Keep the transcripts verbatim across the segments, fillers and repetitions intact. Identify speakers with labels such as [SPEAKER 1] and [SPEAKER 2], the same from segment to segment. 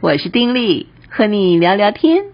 [SPEAKER 1] 我是丁莉，和你聊聊天。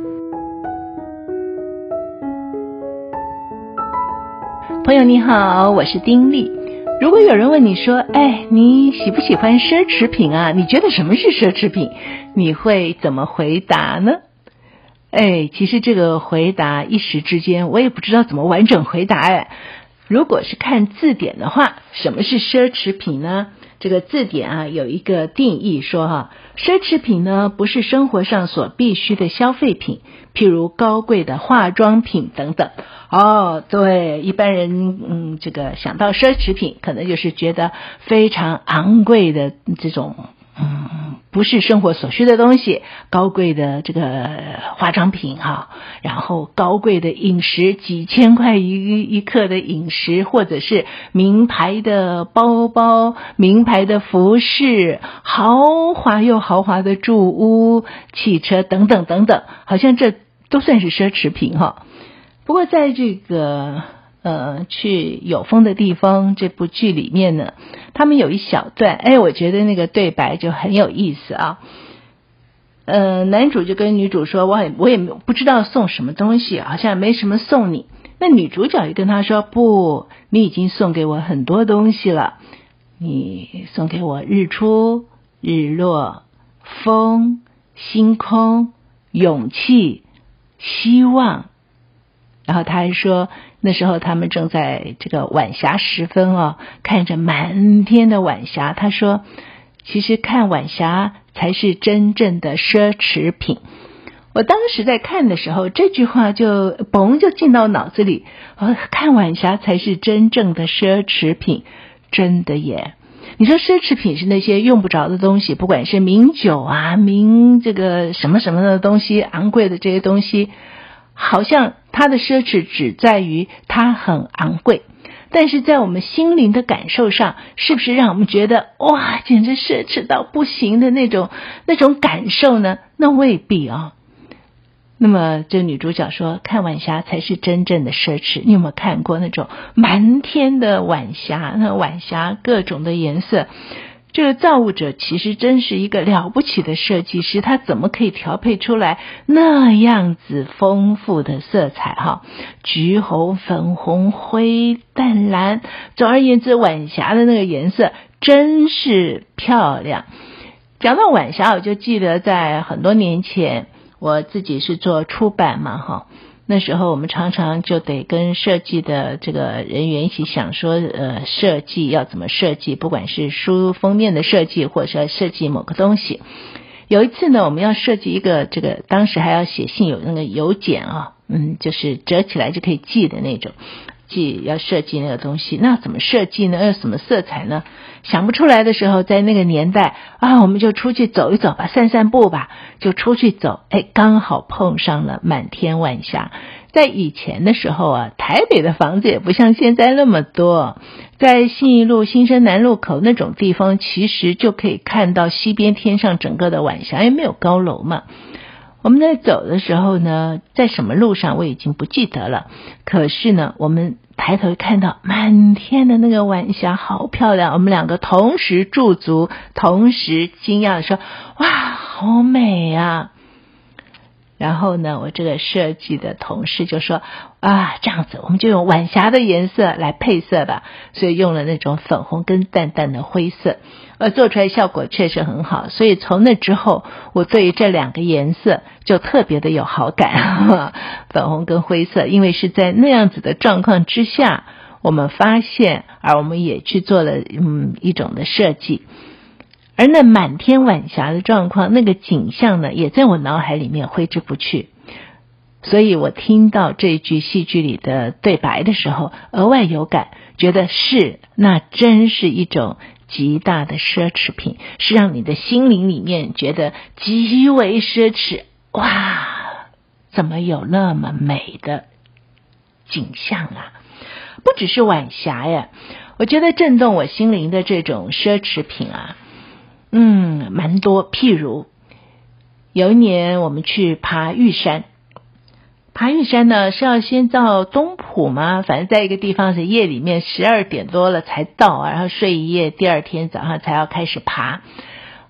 [SPEAKER 1] 朋友你好，我是丁莉。如果有人问你说，哎，你喜不喜欢奢侈品啊？你觉得什么是奢侈品？你会怎么回答呢？哎，其实这个回答一时之间我也不知道怎么完整回答哎。如果是看字典的话，什么是奢侈品呢？这个字典啊有一个定义说哈，奢侈品呢不是生活上所必须的消费品，譬如高贵的化妆品等等。哦，对，一般人嗯，这个想到奢侈品，可能就是觉得非常昂贵的这种嗯，不是生活所需的东西，高贵的这个化妆品哈，然后高贵的饮食，几千块一一克的饮食，或者是名牌的包包、名牌的服饰、豪华又豪华的住屋、汽车等等等等，好像这都算是奢侈品哈。不过在这个呃，去有风的地方这部剧里面呢，他们有一小段，哎，我觉得那个对白就很有意思啊。呃，男主就跟女主说，我也我也不知道送什么东西，好像没什么送你。那女主角就跟他说，不，你已经送给我很多东西了，你送给我日出、日落、风、星空、勇气、希望。然后他还说，那时候他们正在这个晚霞时分哦，看着满天的晚霞。他说，其实看晚霞才是真正的奢侈品。我当时在看的时候，这句话就嘣就进到脑子里，哦，看晚霞才是真正的奢侈品，真的耶。你说奢侈品是那些用不着的东西，不管是名酒啊、名这个什么什么的东西，昂贵的这些东西，好像它的奢侈只在于它很昂贵，但是在我们心灵的感受上，是不是让我们觉得哇，简直奢侈到不行的那种那种感受呢？那未必啊。那么这女主角说，看晚霞才是真正的奢侈。你有没有看过那种满天的晚霞？那晚霞各种的颜色，这个造物者其实真是一个了不起的设计师，他怎么可以调配出来那样子丰富的色彩哈？橘红、粉红、灰、淡蓝，总而言之，晚霞的那个颜色真是漂亮。讲到晚霞，我就记得在很多年前，我自己是做出版嘛哈。那时候我们常常就得跟设计的这个人员一起想说，呃，设计要怎么设计，不管是书封面的设计，或者是要设计某个东西。有一次呢，我们要设计一个这个，当时还要写信，有那个邮简啊，嗯，就是折起来就可以寄的那种，寄要设计那个东西，那怎么设计呢？要什么色彩呢？想不出来的时候，在那个年代啊，我们就出去走一走吧，散散步吧，就出去走，哎，刚好碰上了满天晚霞。在以前的时候啊，台北的房子也不像现在那么多，在信义路、新生南路口那种地方，其实就可以看到西边天上整个的晚霞，因为没有高楼嘛。我们在走的时候呢，在什么路上我已经不记得了，可是呢，我们抬头看到满天的那个晚霞好漂亮，我们两个同时驻足，同时惊讶的说，哇，好美啊。然后呢，我这个设计的同事就说，啊，这样子我们就用晚霞的颜色来配色吧，所以用了那种粉红跟淡淡的灰色，而做出来效果确实很好。所以从那之后，我对于这两个颜色就特别的有好感，粉红跟灰色，因为是在那样子的状况之下，我们发现，而我们也去做了嗯一种的设计。而那满天晚霞的状况，那个景象呢，也在我脑海里面挥之不去。所以我听到这句戏剧里的对白的时候，额外有感，觉得是，那真是一种极大的奢侈品，是让你的心灵里面觉得极为奢侈。哇，怎么有那么美的景象啊？不只是晚霞呀，我觉得震动我心灵的这种奢侈品啊，嗯，蛮多。譬如有一年我们去爬玉山，爬玉山呢是要先到东埔吗？反正在一个地方是夜里面十二点多了才到，然后睡一夜，第二天早上才要开始爬。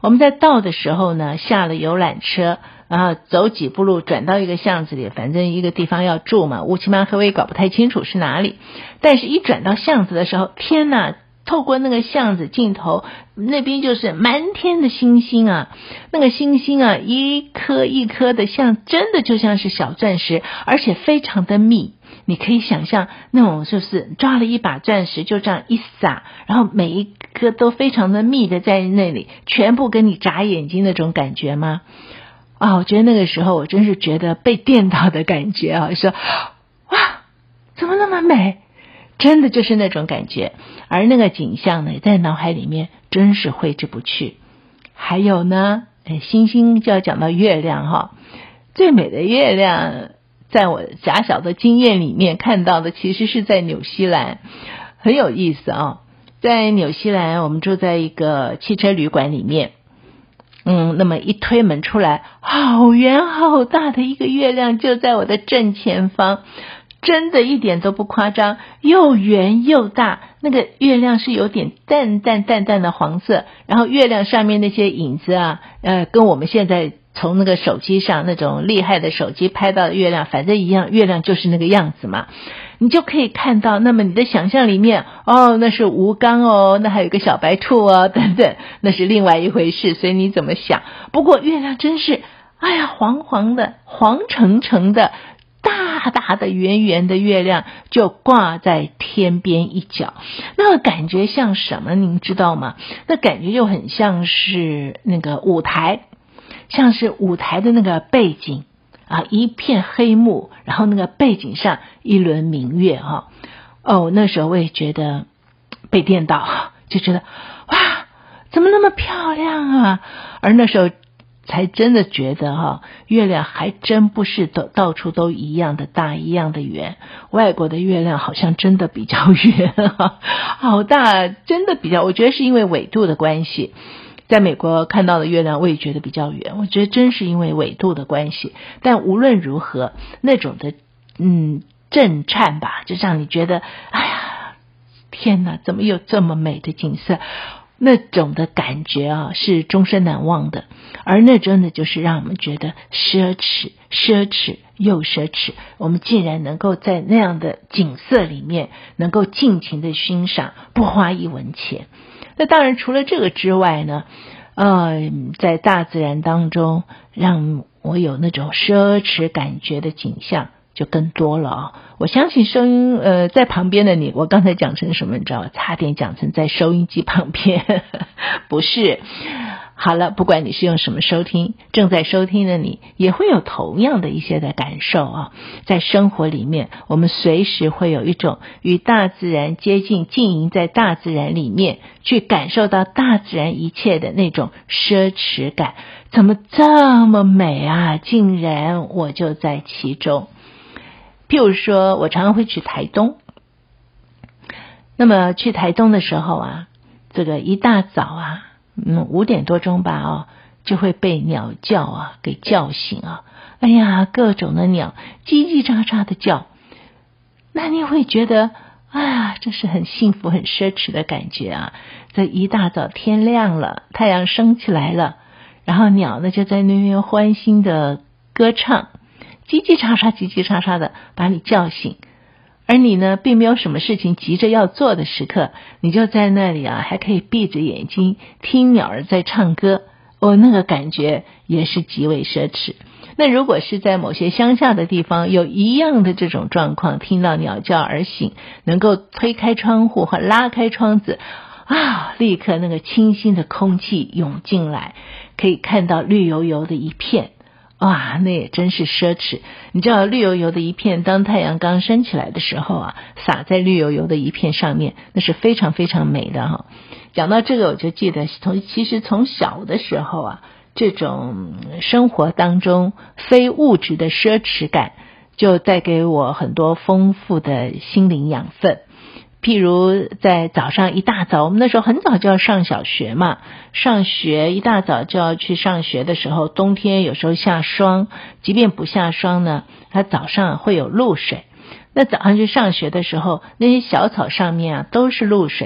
[SPEAKER 1] 我们在到的时候呢，下了游览车，然后走几步路转到一个巷子里，反正一个地方要住嘛，乌漆嘛黑我也搞不太清楚是哪里，但是一转到巷子的时候，天哪，透过那个巷子尽头，那边就是满天的星星啊，那个星星啊，一颗一颗的，像真的就像是小钻石，而且非常的密。你可以想象那种就是抓了一把钻石就这样一撒，然后每一颗都非常的密的在那里，全部跟你眨眼睛那种感觉吗？啊，我觉得那个时候我真是觉得被电到的感觉啊，说哇，怎么那么美？真的就是那种感觉，而那个景象呢，在脑海里面真是挥之不去。还有呢，星星就要讲到月亮哈，最美的月亮，在我狭小的经验里面看到的，其实是在纽西兰，很有意思啊。在纽西兰，我们住在一个汽车旅馆里面，嗯，那么一推门出来，好圆好大的一个月亮就在我的正前方。真的一点都不夸张，又圆又大，那个月亮是有点淡淡淡淡的黄色，然后月亮上面那些影子啊，呃，跟我们现在从那个手机上那种厉害的手机拍到的月亮反正一样，月亮就是那个样子嘛，你就可以看到，那么你的想象里面，哦，那是吴刚哦，那还有个小白兔哦，等等，那是另外一回事，随你怎么想。不过月亮真是，哎呀，黄黄的，黄澄澄的，大大的圆圆的月亮就挂在天边一角，那个感觉像什么您知道吗？那感觉就很像是那个舞台，像是舞台的那个背景啊，一片黑幕，然后那个背景上一轮明月哈。哦，那时候我也觉得被电到，就觉得哇，怎么那么漂亮啊？而那时候才真的觉得哈，月亮还真不是都到处都一样的大，一样的圆。外国的月亮好像真的比较圆，好大，真的比较，我觉得是因为纬度的关系。在美国看到的月亮我也觉得比较圆，我觉得真是因为纬度的关系。但无论如何，那种的嗯震颤吧，就让你觉得哎呀，天哪，怎么有这么美的景色？那种的感觉啊，是终身难忘的。而那真的就是让我们觉得奢侈，奢侈又奢侈。我们竟然能够在那样的景色里面，能够尽情的欣赏，不花一文钱。那当然，除了这个之外呢，呃，在大自然当中，让我有那种奢侈感觉的景象就更多了啊！我相信收音呃在旁边的你，我刚才讲成什么你知道吗？差点讲成在收音机旁边，不是。好了，不管你是用什么收听，正在收听的你也会有同样的一些的感受啊。在生活里面，我们随时会有一种与大自然接近，浸淫在大自然里面，去感受到大自然一切的那种奢侈感。怎么这么美啊？竟然我就在其中。譬如说，我常常会去台东。那么去台东的时候啊，这个一大早啊，嗯，五点多钟吧，哦，就会被鸟叫啊给叫醒啊。哎呀，各种的鸟叽叽喳喳的叫，那你会觉得，哎呀，这是很幸福、很奢侈的感觉啊！这一大早天亮了，太阳升起来了，然后鸟呢就在那边欢欣的歌唱。叽叽喳喳叽叽喳喳的把你叫醒，而你呢并没有什么事情急着要做的时刻，你就在那里啊，还可以闭着眼睛听鸟儿在唱歌。哦，那个感觉也是极为奢侈。那如果是在某些乡下的地方，有一样的这种状况，听到鸟叫而醒，能够推开窗户和拉开窗子啊，立刻那个清新的空气涌进来，可以看到绿油油的一片。哇，那也真是奢侈。你知道绿油油的一片，当太阳刚升起来的时候啊，洒在绿油油的一片上面，那是非常非常美的哈。讲到这个，我就记得从其实从小的时候啊，这种生活当中非物质的奢侈感，就带给我很多丰富的心灵养分。譬如在早上一大早，我们那时候很早就要上小学嘛，上学一大早就要去上学的时候，冬天有时候下霜，即便不下霜呢，它早上会有露水。那早上去上学的时候，那些小草上面啊都是露水，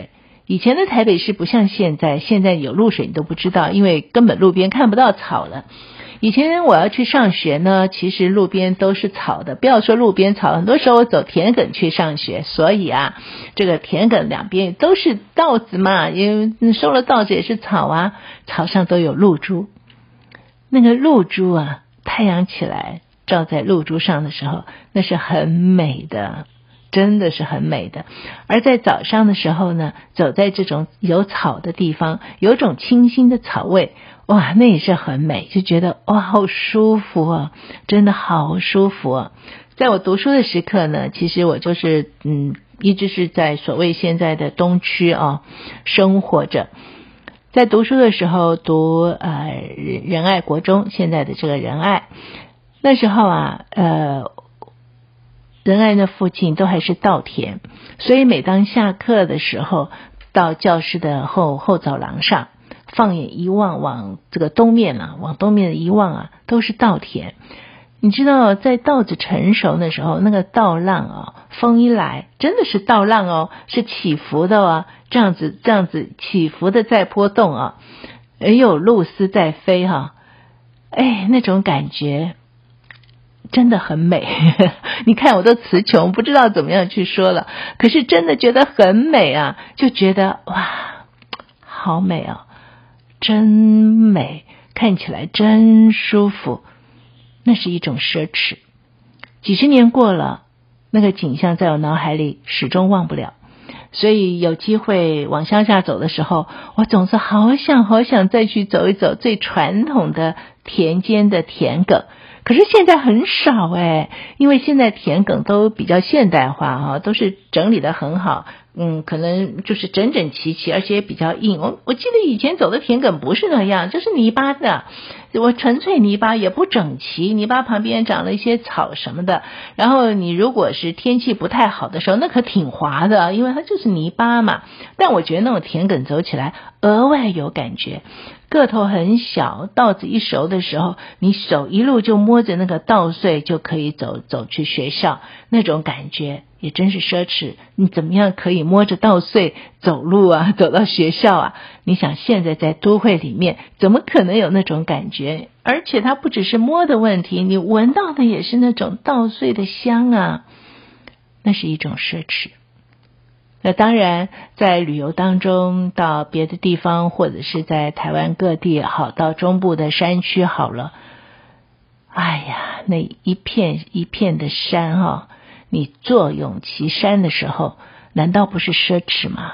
[SPEAKER 1] 以前的台北市不像现在，现在有露水你都不知道，因为根本路边看不到草了。以前我要去上学呢，其实路边都是草的，不要说路边草，很多时候我走田埂去上学，所以啊，这个田埂两边都是稻子嘛，因为收了稻子也是草啊，草上都有露珠。那个露珠啊，太阳起来照在露珠上的时候，那是很美的，真的是很美的。而在早上的时候呢，走在这种有草的地方，有种清新的草味，哇，那也是很美，就觉得哇，好舒服啊，真的好舒服啊。在我读书的时刻呢，其实我就是嗯，一直是在所谓现在的东区啊生活着。在读书的时候读呃仁爱国中，现在的这个仁爱，那时候啊呃仁爱那附近都还是稻田，所以每当下课的时候，到教室的后后走廊上，放眼一望，往这个东面啊，往东面的一望啊，都是稻田。你知道在稻子成熟的时候，那个稻浪啊，风一来真的是稻浪哦，是起伏的啊，这样子这样子起伏的在波动啊，也有露丝在飞哈、啊，哎，那种感觉真的很美。你看我都词穷，不知道怎么样去说了，可是真的觉得很美啊，就觉得哇，好美啊，真美，看起来真舒服。那是一种奢侈，几十年过了，那个景象在我脑海里始终忘不了。所以有机会往乡下走的时候，我总是好想好想再去走一走最传统的田间的田埂。可是现在很少诶，因为现在田埂都比较现代化哈，都是整理得很好，嗯，可能就是整整齐齐，而且也比较硬。我我记得以前走的田埂不是那样，就是泥巴的，我纯粹泥巴，也不整齐，泥巴旁边长了一些草什么的。然后你如果是天气不太好的时候，那可挺滑的，因为它就是泥巴嘛。但我觉得那种田埂走起来额外有感觉。个头很小，稻子一熟的时候，你手一路就摸着那个稻穗就可以走走去学校，那种感觉也真是奢侈。你怎么样可以摸着稻穗走路啊，走到学校啊？你想现在在都会里面怎么可能有那种感觉？而且它不只是摸的问题，你闻到的也是那种稻穗的香啊，那是一种奢侈。那当然在旅游当中，到别的地方或者是在台湾各地好，到中部的山区好了，哎呀，那一片一片的山啊，你坐拥其山的时候，难道不是奢侈吗？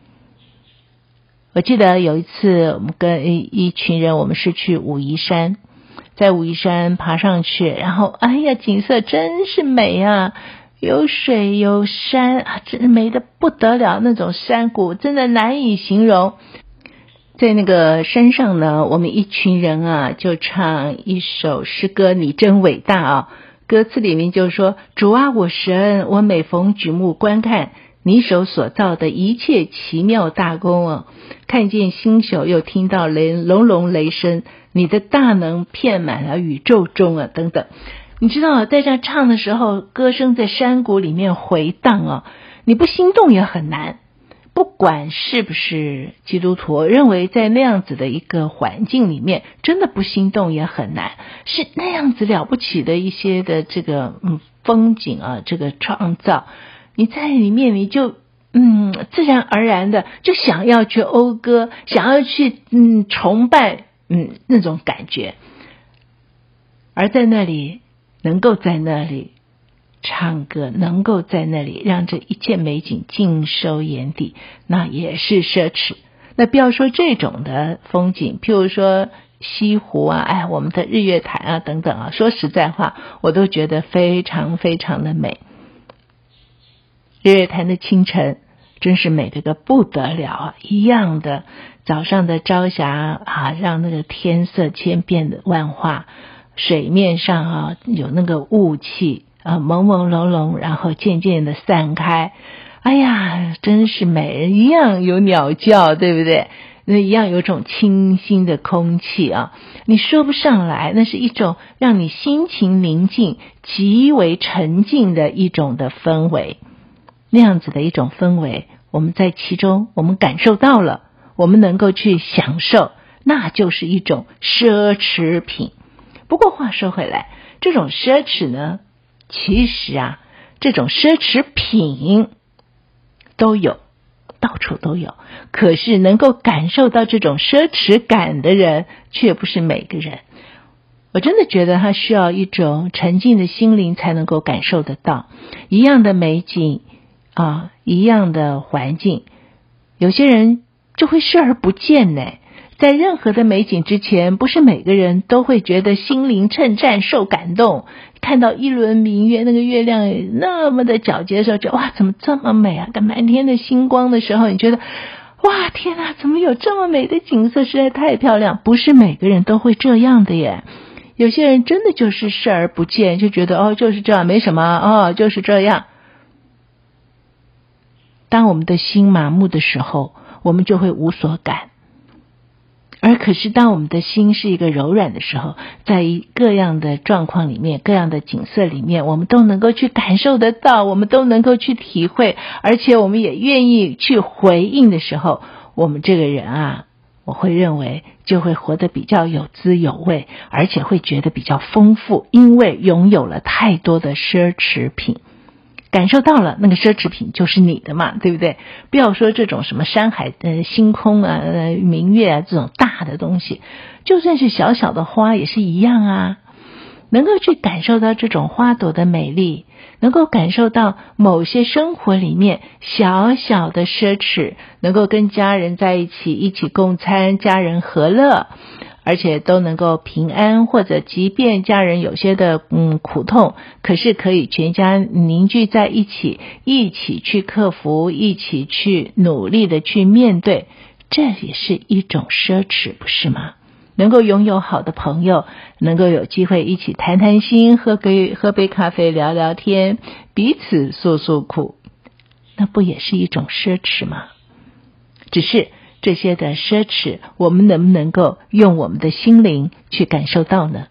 [SPEAKER 1] 我记得有一次我们跟一一群人，我们是去武夷山，在武夷山爬上去，然后哎呀，景色真是美啊，有水有山啊，真美得不得了，那种山谷真的难以形容。在那个山上呢，我们一群人啊就唱一首诗歌，你真伟大啊。歌词里面就说，主啊我神，我每逢举目观看你手所造的一切奇妙大功啊，看见星宿又听到雷隆隆雷声，你的大能遍满了宇宙中啊，等等。你知道在这样唱的时候，歌声在山谷里面回荡啊，你不心动也很难。不管是不是基督徒，认为在那样子的一个环境里面，真的不心动也很难。是那样子了不起的一些的这个嗯风景啊，这个创造，你在里面你就嗯自然而然的就想要去讴歌，想要去嗯崇拜嗯那种感觉。而在那里能够在那里唱歌，能够在那里让这一切美景尽收眼底，那也是奢侈。那不要说这种的风景，譬如说西湖啊，哎，我们的日月潭啊等等啊，说实在话我都觉得非常非常的美。日月潭的清晨真是美得个不得了啊，一样的早上的朝霞啊，让那个天色千变的万化，水面上啊有那个雾气啊，朦朦胧胧，然后渐渐的散开，哎呀，真是美，一样有鸟叫，对不对？那一样有种清新的空气啊，你说不上来，那是一种让你心情宁静、极为沉静的一种的氛围。那样子的一种氛围， 我们在其中我们感受到了，我们能够去享受，那就是一种奢侈品。不过话说回来，这种奢侈呢，其实啊，这种奢侈品都有，到处都有，可是能够感受到这种奢侈感的人却不是每个人。我真的觉得他需要一种沉静的心灵才能够感受得到。一样的美景啊，一样的环境，有些人就会视而不见呢。在任何的美景之前，不是每个人都会觉得心灵称赞受感动，看到一轮明月，那个月亮那么的皎洁的时候，就哇怎么这么美啊，跟满天的星光的时候，你觉得哇天哪，怎么有这么美的景色，实在太漂亮。不是每个人都会这样的耶，有些人真的就是视而不见，就觉得哦就是这样，没什么，哦就是这样。当我们的心麻木的时候，我们就会无所感。而可是当我们的心是一个柔软的时候，在各样的状况里面，各样的景色里面，我们都能够去感受得到，我们都能够去体会，而且我们也愿意去回应的时候，我们这个人啊，我会认为就会活得比较有滋有味，而且会觉得比较丰富，因为拥有了太多的奢侈品。感受到了，那个奢侈品就是你的嘛，对不对？不要说这种什么山海呃星空啊、呃明月啊这种大的东西，就算是小小的花也是一样啊。能够去感受到这种花朵的美丽，能够感受到某些生活里面小小的奢侈，能够跟家人在一起，一起共餐，家人和乐，而且都能够平安，或者即便家人有些的嗯苦痛，可是可以全家凝聚在一起，一起去克服，一起去努力的去面对，这也是一种奢侈，不是吗？能够拥有好的朋友，能够有机会一起谈谈心，喝杯喝杯咖啡，聊聊天，彼此诉诉苦，那不也是一种奢侈吗？只是这些的奢侈，我们能不能够用我们的心灵去感受到呢？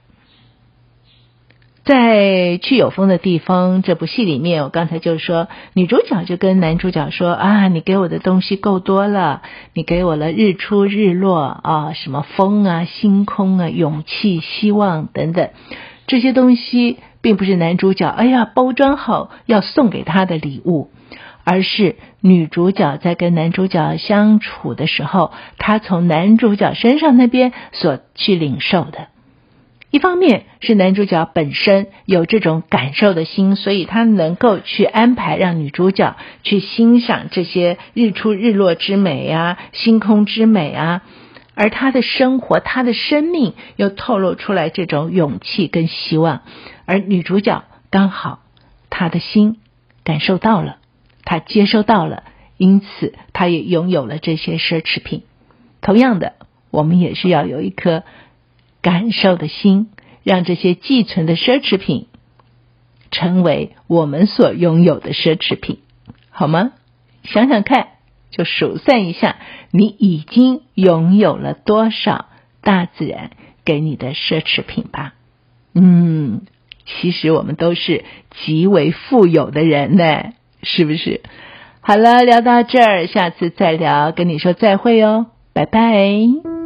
[SPEAKER 1] 在去有风的地方这部戏里面，我刚才就说，女主角就跟男主角说啊，你给我的东西够多了，你给我了日出日落啊，什么风啊、星空啊、勇气、希望等等，这些东西并不是男主角哎呀包装好要送给他的礼物，而是女主角在跟男主角相处的时候，她从男主角身上那边所去领受的。一方面是男主角本身有这种感受的心，所以他能够去安排让女主角去欣赏这些日出日落之美啊，星空之美啊，而他的生活，他的生命又透露出来这种勇气跟希望，而女主角刚好她的心感受到了，她接收到了，因此她也拥有了这些奢侈品。同样的，我们也是要有一颗感受的心，让这些寄存的奢侈品成为我们所拥有的奢侈品，好吗？想想看，就数算一下，你已经拥有了多少大自然给你的奢侈品吧。嗯，其实我们都是极为富有的人呢，是不是？好了，聊到这儿，下次再聊，跟你说再会哦，拜拜。